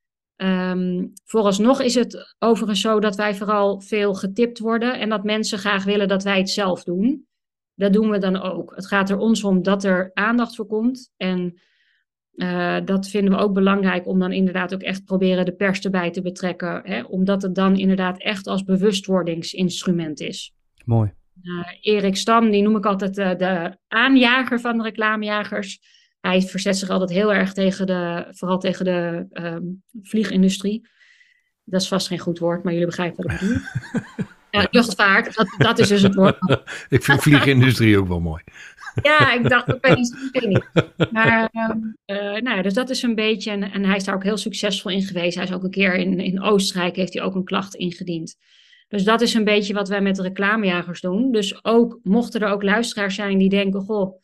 Um, vooralsnog is het overigens zo dat wij vooral veel getipt worden en dat mensen graag willen dat wij het zelf doen. Dat doen we dan ook. Het gaat er ons om dat er aandacht voor komt en Uh, dat vinden we ook belangrijk om dan inderdaad ook echt proberen de pers erbij te betrekken. Hè, omdat het dan inderdaad echt als bewustwordingsinstrument is. Mooi. Uh, Erik Stam, die noem ik altijd uh, de aanjager van de reclamejagers. Hij verzet zich altijd heel erg tegen de, vooral tegen de um, vliegindustrie. Dat is vast geen goed woord, maar jullie begrijpen wat ik bedoel. Uh, luchtvaart, dat, dat is dus het woord. Ik vind vliegindustrie ook wel mooi. Ja, ik dacht opeens, ik weet niet. Maar, uh, nou ja, dus dat is een beetje, en, en hij is daar ook heel succesvol in geweest. Hij is ook een keer in, in Oostenrijk, heeft hij ook een klacht ingediend. Dus dat is een beetje wat wij met de reclamejagers doen. Dus ook, mochten er ook luisteraars zijn die denken, goh,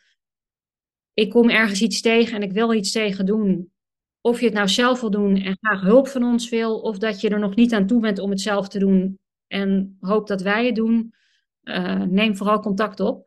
ik kom ergens iets tegen en ik wil iets tegen doen. Of je het nou zelf wil doen en graag hulp van ons wil, of dat je er nog niet aan toe bent om het zelf te doen en hoop dat wij het doen, uh, neem vooral contact op.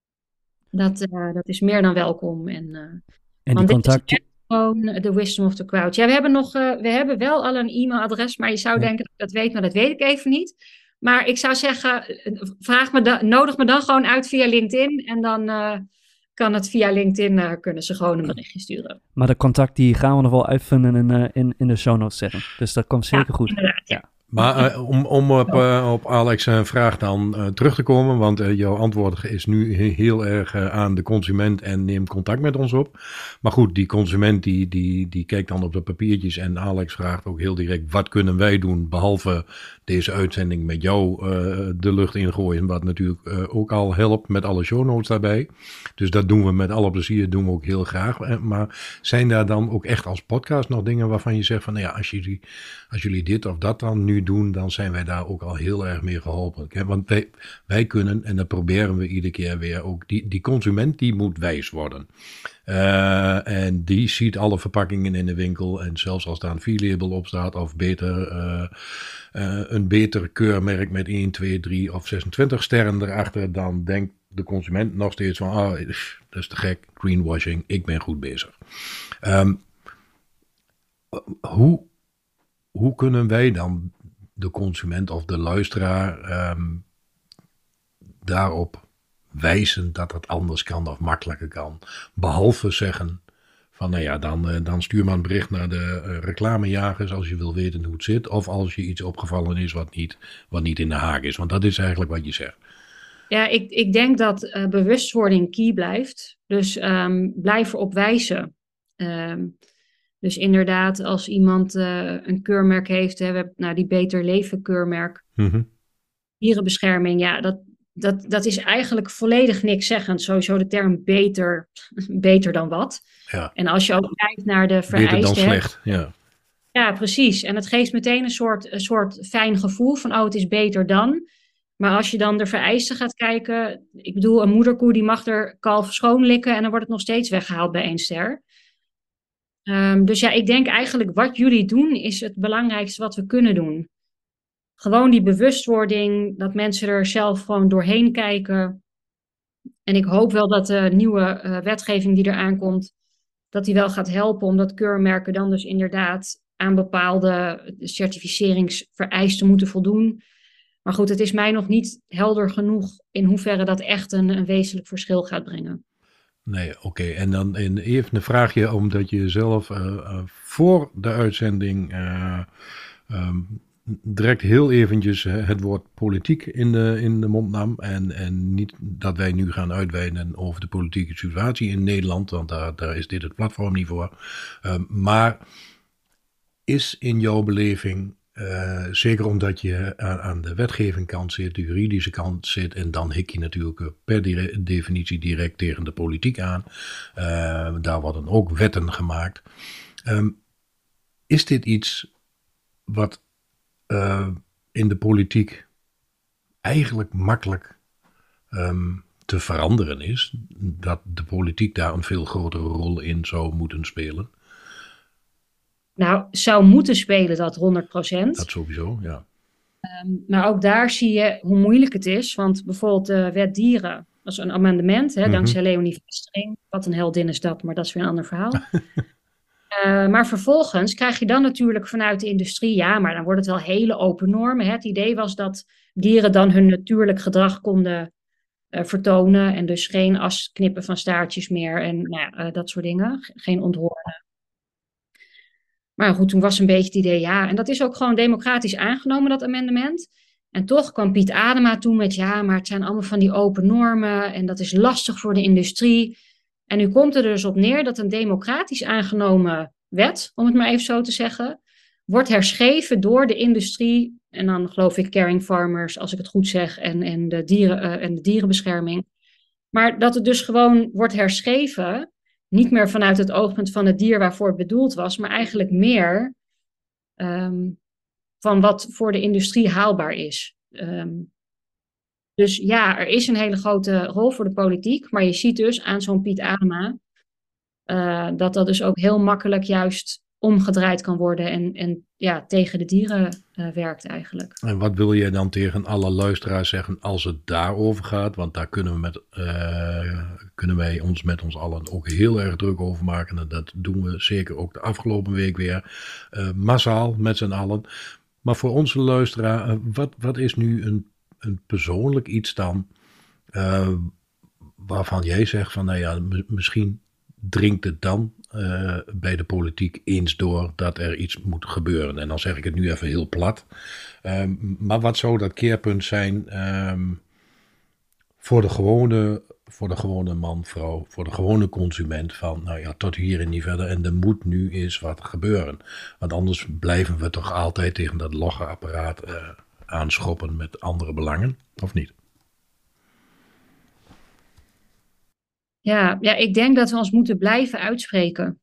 Dat, uh, dat is meer dan welkom. En, uh, en die contact... gewoon de wisdom of the crowd. Ja, we hebben, nog, uh, we hebben wel al een e-mailadres, maar je zou ja. denken dat ik dat weet, maar dat weet ik even niet. Maar ik zou zeggen, vraag me da- nodig me dan gewoon uit via LinkedIn en dan uh, kan het via LinkedIn, uh, kunnen ze gewoon een berichtje sturen. Maar de contact die gaan we nog wel uitvinden in, uh, in, in de show notes zetten. Dus dat komt zeker ja, goed. Inderdaad, ja. Maar uh, om, om op, uh, op Alex' uh, vraag dan uh, terug te komen, want uh, jouw antwoord is nu heel erg uh, aan de consument en neem contact met ons op. Maar goed, die consument die, die, die kijkt dan op de papiertjes en Alex vraagt ook heel direct, wat kunnen wij doen, behalve deze uitzending met jou uh, de lucht ingooien, wat natuurlijk uh, ook al helpt met alle show notes daarbij. Dus dat doen we met alle plezier, doen we ook heel graag. Maar zijn daar dan ook echt als podcast nog dingen waarvan je zegt van, nou ja, als jullie, als jullie dit of dat dan nu doen, dan zijn wij daar ook al heel erg mee geholpen. Want wij, wij kunnen, en dat proberen we iedere keer weer ook, die, die consument die moet wijs worden. Uh, en die ziet alle verpakkingen in de winkel en zelfs als daar een V-label op staat of beter, uh, uh, een beter keurmerk met één, twee, drie of zesentwintig sterren erachter, dan denkt de consument nog steeds van, ah, oh, dat is te gek, greenwashing, ik ben goed bezig. Um, hoe, hoe kunnen wij dan de consument of de luisteraar um, daarop wijzen dat het anders kan of makkelijker kan? Behalve zeggen van, nou ja, dan, uh, dan stuur maar een bericht naar de uh, reclamejagers als je wil weten hoe het zit. Of als je iets opgevallen is wat niet, wat niet in de haak is. Want dat is eigenlijk wat je zegt. Ja, ik, ik denk dat uh, bewustwording key blijft. Dus um, blijf erop wijzen. Um, dus inderdaad, als iemand uh, een keurmerk heeft, hè, we hebben nou, die Beter Leven keurmerk, Mm-hmm. dierenbescherming, ja, dat, dat, dat is eigenlijk volledig niks zeggend. Sowieso de term beter, beter dan wat. Ja. En als je ook kijkt naar de vereisten. Beter dan slecht, ja. Ja, precies. En het geeft meteen een soort, een soort fijn gevoel van, oh, het is beter dan. Maar als je dan de vereisten gaat kijken, ik bedoel, een moederkoe die mag er kalf schoonlikken en dan wordt het nog steeds weggehaald bij één ster. Um, dus ja, ik denk eigenlijk wat jullie doen is het belangrijkste wat we kunnen doen. Gewoon die bewustwording, dat mensen er zelf gewoon doorheen kijken. En ik hoop wel dat de nieuwe uh, wetgeving die eraan komt, dat die wel gaat helpen, omdat keurmerken dan dus inderdaad aan bepaalde certificeringsvereisten moeten voldoen. Maar goed, het is mij nog niet helder genoeg in hoeverre dat echt een, een wezenlijk verschil gaat brengen. Nee, oké. Okay. En dan in, even een vraagje, omdat je zelf uh, uh, voor de uitzending uh, um, direct heel eventjes uh, het woord politiek in de, in de mond nam. En, en niet dat wij nu gaan uitweiden over de politieke situatie in Nederland, want daar, daar is dit het platform niet voor. Uh, maar is in jouw beleving, uh, zeker omdat je aan, aan de wetgeving kant zit, de juridische kant zit, en dan hik je natuurlijk per dire- definitie direct tegen de politiek aan. Uh, daar worden ook wetten gemaakt. Um, is dit iets wat uh, in de politiek eigenlijk makkelijk um, te veranderen is? Dat de politiek daar een veel grotere rol in zou moeten spelen? Nou, zou moeten spelen dat honderd procent. Dat sowieso, ja. Um, maar ook daar zie je hoe moeilijk het is. Want bijvoorbeeld de wet dieren, dat is een amendement, hè, Mm-hmm. dankzij Leonie Vestering. Wat een heldin is dat, maar dat is weer een ander verhaal. uh, maar vervolgens krijg je dan natuurlijk vanuit de industrie, ja, maar dan wordt het wel hele open normen. Hè. Het idee was dat dieren dan hun natuurlijk gedrag konden uh, vertonen. En dus geen asknippen van staartjes meer en nou ja, uh, dat soort dingen. Geen onthoornen. Maar goed, toen was een beetje het idee, ja, en dat is ook gewoon democratisch aangenomen, dat amendement. En toch kwam Piet Adema toen met, ja, maar het zijn allemaal van die open normen en dat is lastig voor de industrie. En nu komt er dus op neer dat een democratisch aangenomen wet, om het maar even zo te zeggen, wordt herschreven door de industrie. En dan geloof ik Caring Farmers, als ik het goed zeg, en, en, de, dieren, uh, en de dierenbescherming. Maar dat het dus gewoon wordt herschreven, niet meer vanuit het oogpunt van het dier waarvoor het bedoeld was, maar eigenlijk meer um, van wat voor de industrie haalbaar is. Um, dus ja, er is een hele grote rol voor de politiek, maar je ziet dus aan zo'n Piet Adema uh, dat dat dus ook heel makkelijk juist omgedraaid kan worden en, en ja, tegen de dieren uh, werkt eigenlijk. En wat wil je dan tegen alle luisteraars zeggen als het daarover gaat? Want daar kunnen, we met, uh, kunnen wij ons met ons allen ook heel erg druk over maken. En dat doen we zeker ook de afgelopen week weer uh, massaal met z'n allen. Maar voor onze luisteraar, uh, wat, wat is nu een, een persoonlijk iets dan uh, waarvan jij zegt van nou ja, m- misschien dringt het dan uh, bij de politiek eens door dat er iets moet gebeuren. En dan zeg ik het nu even heel plat. Um, maar wat zou dat keerpunt zijn um, voor de gewone, voor de gewone man, vrouw, voor de gewone consument van nou ja, tot hier en niet verder. En er moet nu eens wat gebeuren. Want anders blijven we toch altijd tegen dat loggeapparaat uh, aanschoppen met andere belangen, of niet? Ja, ja, ik denk dat we ons moeten blijven uitspreken.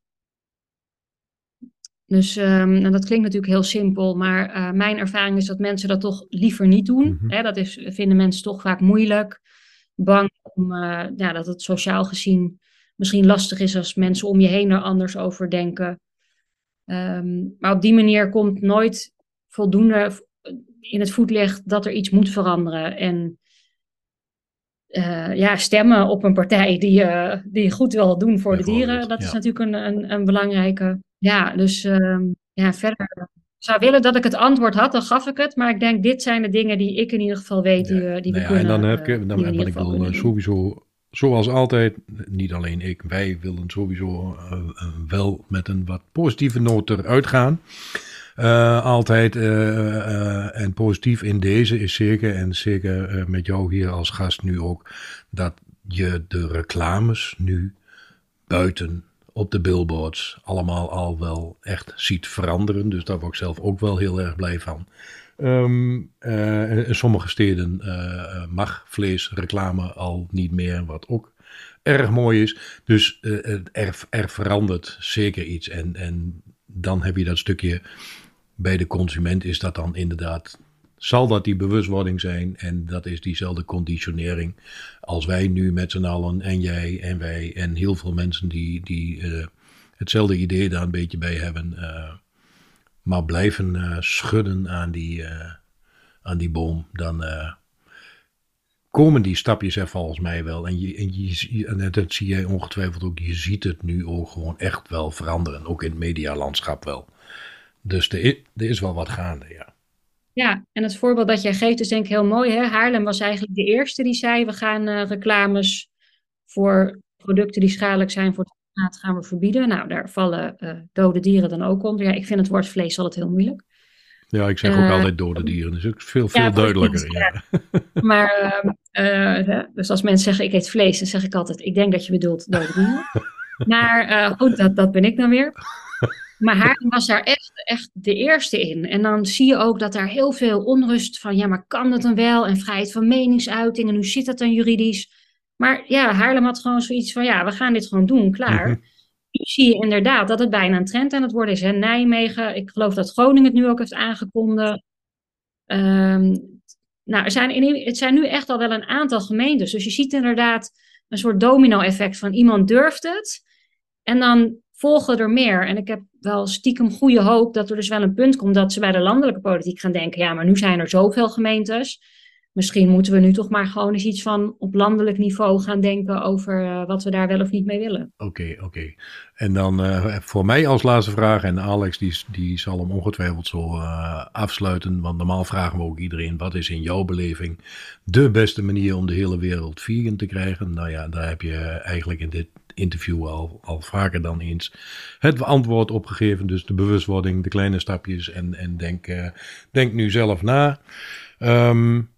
Dus um, en dat klinkt natuurlijk heel simpel, maar uh, mijn ervaring is dat mensen dat toch liever niet doen. Mm-hmm. Hè, dat is, vinden mensen toch vaak moeilijk. Bang om, uh, ja, dat het sociaal gezien misschien lastig is als mensen om je heen er anders over denken. Um, maar op die manier komt nooit voldoende in het voetlicht dat er iets moet veranderen. En Uh, ja, stemmen op een partij die, uh, die goed wil doen voor de dieren. Dat ja. is natuurlijk een, een, een belangrijke. Ja, dus uh, ja, verder. Ik zou willen dat ik het antwoord had, dan gaf ik het. Maar ik denk, dit zijn de dingen die ik in ieder geval weet, die, ja. die we nou ja, kunnen. En dan heb ik, dan, uh, ik wil uh, sowieso, zoals altijd, niet alleen ik, wij willen sowieso uh, uh, wel met een wat positieve noot eruit gaan. Uh, altijd uh, uh, en positief in deze is zeker, en zeker uh, met jou hier als gast nu ook, dat je de reclames nu buiten op de billboards allemaal al wel echt ziet veranderen. Dus daar word ik zelf ook wel heel erg blij van. Um, uh, in sommige steden uh, mag vleesreclame al niet meer, wat ook erg mooi is. Dus uh, er, er verandert zeker iets. En, en dan heb je dat stukje. Bij de consument is dat dan inderdaad, zal dat die bewustwording zijn en dat is diezelfde conditionering als wij nu met z'n allen en jij en wij en heel veel mensen die, die uh, hetzelfde idee daar een beetje bij hebben, uh, maar blijven uh, schudden aan die, uh, aan die boom, dan uh, komen die stapjes er volgens mij wel. En, je, en, je, en dat zie jij ongetwijfeld ook, je ziet het nu ook gewoon echt wel veranderen, ook in het medialandschap wel. Dus er is, er is wel wat gaande, ja. Ja, en het voorbeeld dat jij geeft is denk ik heel mooi. Hè? Haarlem was eigenlijk de eerste die zei, we gaan uh, reclames voor producten die schadelijk zijn voor het klimaat gaan we verbieden. Nou, daar vallen uh, dode dieren dan ook onder. Ja, ik vind het woord vlees altijd heel moeilijk. Ja, ik zeg ook uh, altijd dode dieren. Dat is ook veel, veel ja, duidelijker. Precies, ja. Ja. Maar, uh, uh, dus als mensen zeggen ik eet vlees, dan zeg ik altijd, ik denk dat je bedoelt dode dieren. Maar uh, goed, dat, dat ben ik dan weer. Maar Haarlem was daar echt, echt de eerste in. En dan zie je ook dat daar heel veel onrust van, ja, maar kan dat dan wel? En vrijheid van meningsuiting, en hoe zit dat dan juridisch? Maar ja, Haarlem had gewoon zoiets van, ja, we gaan dit gewoon doen, klaar. Mm-hmm. Nu zie je inderdaad dat het bijna een trend aan het worden is. Hè? Nijmegen, ik geloof dat Groningen het nu ook heeft aangekondigd. Um, nou, er zijn in, het zijn nu echt al wel een aantal gemeentes. Dus je ziet inderdaad een soort domino-effect van iemand durft het. En dan volgen er meer. En ik heb wel stiekem goede hoop dat er dus wel een punt komt dat ze bij de landelijke politiek gaan denken, ja, maar nu zijn er zoveel gemeentes. Misschien moeten we nu toch maar gewoon eens iets van op landelijk niveau gaan denken over uh, wat we daar wel of niet mee willen. Oké, okay, oké. Okay. En dan uh, voor mij als laatste vraag, en Alex die, die zal hem ongetwijfeld zo uh, afsluiten, want normaal vragen we ook iedereen, wat is in jouw beleving de beste manier om de hele wereld vegan te krijgen? Nou ja, daar heb je eigenlijk in dit interview al, al vaker dan eens het antwoord opgegeven. Dus de bewustwording, de kleine stapjes en, en denk, uh, denk nu zelf na. Um,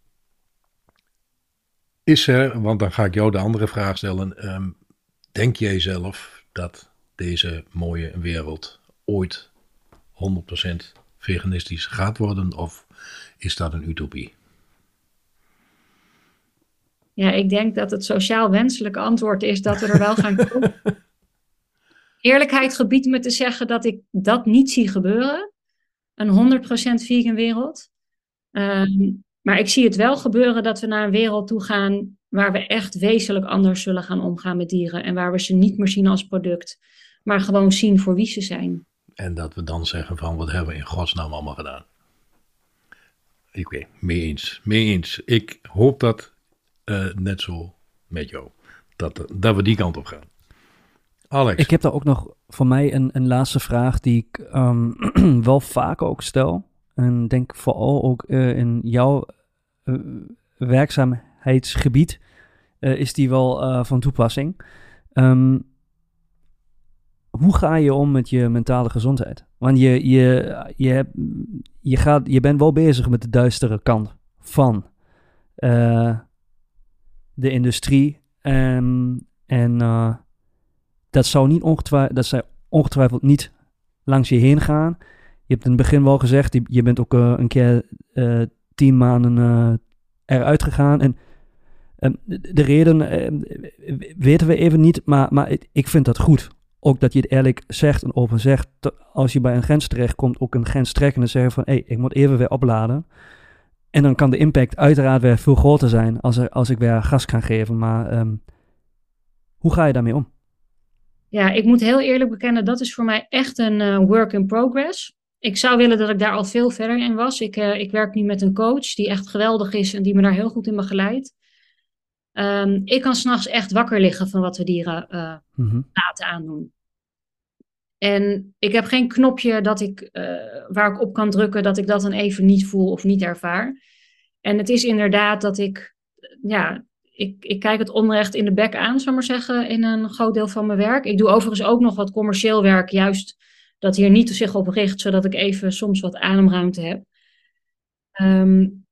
Is er, want dan ga ik jou de andere vraag stellen. Um, denk jij zelf dat deze mooie wereld ooit honderd procent veganistisch gaat worden? Of is dat een utopie? Ja, ik denk dat het sociaal wenselijke antwoord is dat we er wel gaan komen. Eerlijkheid gebiedt me te zeggen dat ik dat niet zie gebeuren. Een honderd procent vegan wereld. Um, Maar ik zie het wel gebeuren dat we naar een wereld toe gaan waar we echt wezenlijk anders zullen gaan omgaan met dieren. En waar we ze niet meer zien als product, maar gewoon zien voor wie ze zijn. En dat we dan zeggen van, wat hebben we in godsnaam allemaal gedaan? Oké, okay, mee eens. Mee eens. Ik hoop dat uh, net zo met jou. Dat, dat we die kant op gaan. Alex. Ik heb daar ook nog voor mij een, een laatste vraag die ik um, wel vaker ook stel. En denk vooral ook uh, in jouw uh, werkzaamheidsgebied uh, is die wel uh, van toepassing. Um, hoe ga je om met je mentale gezondheid? Want je, je, je, hebt, je, gaat, je bent wel bezig met de duistere kant van uh, de industrie. Um, en uh, dat zou niet ongetwijfeld, dat zou ongetwijfeld niet langs je heen gaan. Je hebt in het begin wel gezegd, je bent ook uh, een keer uh, tien maanden uh, eruit gegaan. En uh, de reden uh, weten we even niet, maar, maar ik vind dat goed. Ook dat je het eerlijk zegt en open zegt. Als je bij een grens terechtkomt, ook een grens trekken en zeggen van, hé, hey, ik moet even weer opladen. En dan kan de impact uiteraard weer veel groter zijn als, er, als ik weer gas kan geven. Maar um, hoe ga je daarmee om? Ja, ik moet heel eerlijk bekennen, dat is voor mij echt een uh, work in progress. Ik zou willen dat ik daar al veel verder in was. Ik, uh, ik werk nu met een coach die echt geweldig is en die me daar heel goed in begeleidt. Um, ik kan 's nachts echt wakker liggen van wat we dieren uh, mm-hmm. laten aandoen. En ik heb geen knopje dat ik, uh, waar ik op kan drukken dat ik dat dan even niet voel of niet ervaar. En het is inderdaad dat ik, ja, ik, ik kijk het onrecht in de bek aan, zou ik maar zeggen, in een groot deel van mijn werk. Ik doe overigens ook nog wat commercieel werk, juist dat hier niet zich op richt, zodat ik even soms wat ademruimte heb. Um,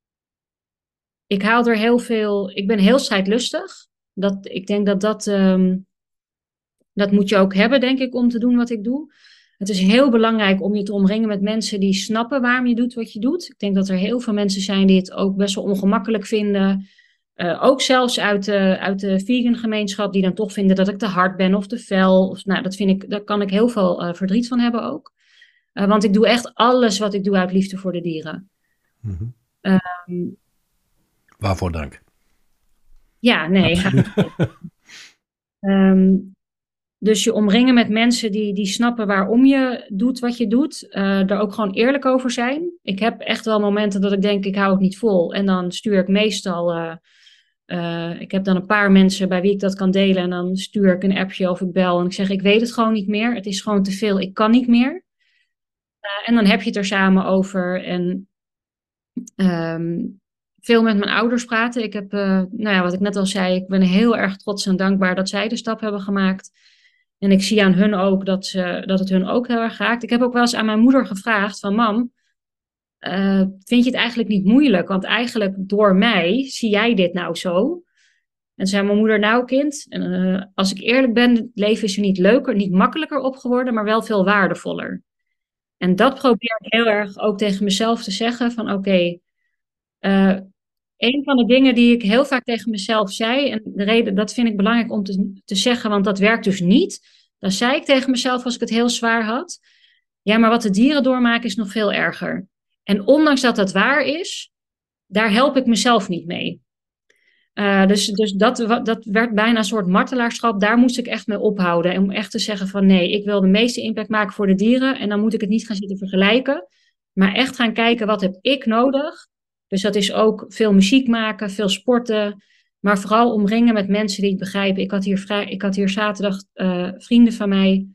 ik haal er heel veel, ik ben heel strijdlustig. Dat, ik denk dat dat, um, dat moet je ook hebben, denk ik, om te doen wat ik doe. Het is heel belangrijk om je te omringen met mensen die snappen waarom je doet wat je doet. Ik denk dat er heel veel mensen zijn die het ook best wel ongemakkelijk vinden. Uh, ook zelfs uit de, uit de vegan gemeenschap, die dan toch vinden dat ik te hard ben of te fel. Of, nou, dat vind ik, daar kan ik heel veel uh, verdriet van hebben ook. Uh, want ik doe echt alles wat ik doe uit liefde voor de dieren. Mm-hmm. Um, Waarvoor dank. Ja, nee. um, dus je omringen met mensen die, die snappen waarom je doet wat je doet. Uh, daar ook gewoon eerlijk over zijn. Ik heb echt wel momenten dat ik denk, ik hou het niet vol. En dan stuur ik meestal... Uh, uh, ik heb dan een paar mensen bij wie ik dat kan delen. En dan stuur ik een appje of ik bel. En ik zeg, ik weet het gewoon niet meer. Het is gewoon te veel. Ik kan niet meer. Uh, en dan heb je het er samen over. En Um, veel met mijn ouders praten. Ik heb, uh, nou ja, wat ik net al zei, ik ben heel erg trots en dankbaar dat zij de stap hebben gemaakt. En ik zie aan hun ook dat, ze, dat het hun ook heel erg raakt. Ik heb ook wel eens aan mijn moeder gevraagd van mam, uh, vind je het eigenlijk niet moeilijk? Want eigenlijk door mij zie jij dit nou zo. En zei mijn moeder, nou kind, uh, als ik eerlijk ben, het leven is er niet leuker, niet makkelijker op geworden, maar wel veel waardevoller. En dat probeer ik heel erg ook tegen mezelf te zeggen van oké, okay, uh, een van de dingen die ik heel vaak tegen mezelf zei, en de reden, dat vind ik belangrijk om te, te zeggen, want dat werkt dus niet. Dan zei ik tegen mezelf als ik het heel zwaar had, ja, maar wat de dieren doormaken is nog veel erger. En ondanks dat dat waar is, daar help ik mezelf niet mee. Uh, dus dus dat, dat werd bijna een soort martelaarschap. Daar moest ik echt mee ophouden. En om echt te zeggen van nee, ik wil de meeste impact maken voor de dieren. En dan moet ik het niet gaan zitten vergelijken. Maar echt gaan kijken, wat heb ik nodig? Dus dat is ook veel muziek maken, veel sporten. Maar vooral omringen met mensen die het begrijpen. Ik had hier, vrij, ik had hier zaterdag uh, vrienden van mij.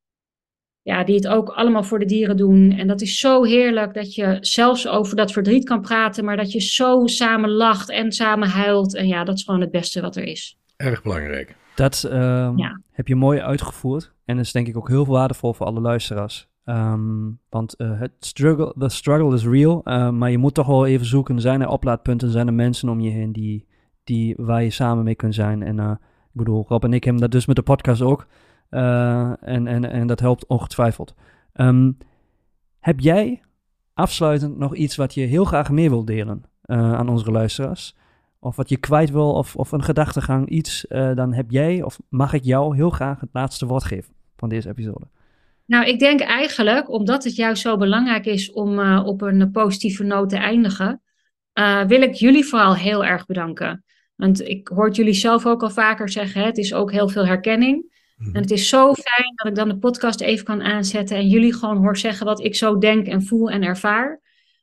Ja, die het ook allemaal voor de dieren doen. En dat is zo heerlijk dat je zelfs over dat verdriet kan praten, maar dat je zo samen lacht en samen huilt. En ja, dat is gewoon het beste wat er is. Erg belangrijk. Dat uh, ja. heb je mooi uitgevoerd. En dat is denk ik ook heel waardevol voor alle luisteraars. Um, want uh, het struggle, the struggle is real. Uh, maar je moet toch wel even zoeken. Zijn er oplaadpunten? Zijn er mensen om je heen die, die, waar je samen mee kunt zijn? En uh, ik bedoel, Rob en ik hebben dat dus met de podcast ook. Uh, en, en, en dat helpt ongetwijfeld. Um, heb jij afsluitend nog iets wat je heel graag meer wilt delen uh, aan onze luisteraars? Of wat je kwijt wil, of, of een gedachtegang, iets, uh, dan heb jij, of mag ik jou heel graag het laatste woord geven van deze episode. Nou, ik denk eigenlijk, omdat het juist zo belangrijk is om uh, op een positieve noot te eindigen, uh, wil ik jullie vooral heel erg bedanken. Want ik hoor jullie zelf ook al vaker zeggen, hè, het is ook heel veel herkenning. En het is zo fijn dat ik dan de podcast even kan aanzetten en jullie gewoon hoor zeggen wat ik zo denk en voel en ervaar.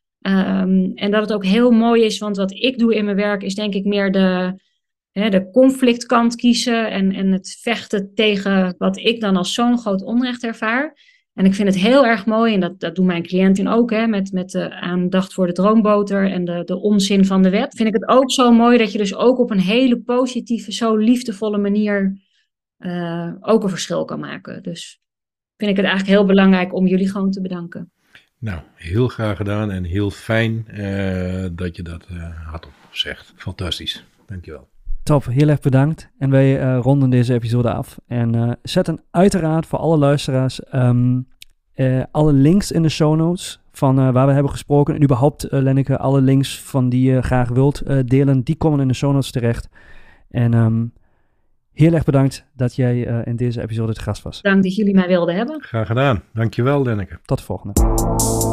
Um, en dat het ook heel mooi is, want wat ik doe in mijn werk is denk ik meer de, hè, de conflictkant kiezen en, en het vechten tegen wat ik dan als zo'n groot onrecht ervaar. En ik vind het heel erg mooi, en dat, dat doen mijn cliënten ook, hè, met, met de aandacht voor de droomboter en de, de onzin van de wet. Vind ik het ook zo mooi dat je dus ook op een hele positieve, zo liefdevolle manier Uh, ook een verschil kan maken. Dus vind ik het eigenlijk heel belangrijk om jullie gewoon te bedanken. Nou, heel graag gedaan en heel fijn uh, dat je dat uh, hardop zegt. Fantastisch, dankjewel. Top, heel erg bedankt. En wij uh, ronden deze episode af. En uh, zetten uiteraard voor alle luisteraars um, uh, alle links in de show notes van uh, waar we hebben gesproken. En überhaupt, uh, Lenneke, alle links van die je graag wilt uh, delen, die komen in de show notes terecht. En um, heel erg bedankt dat jij uh, in deze episode te gast was. Dank dat jullie mij wilden hebben. Graag gedaan. Dankjewel, Lenneke. Tot de volgende.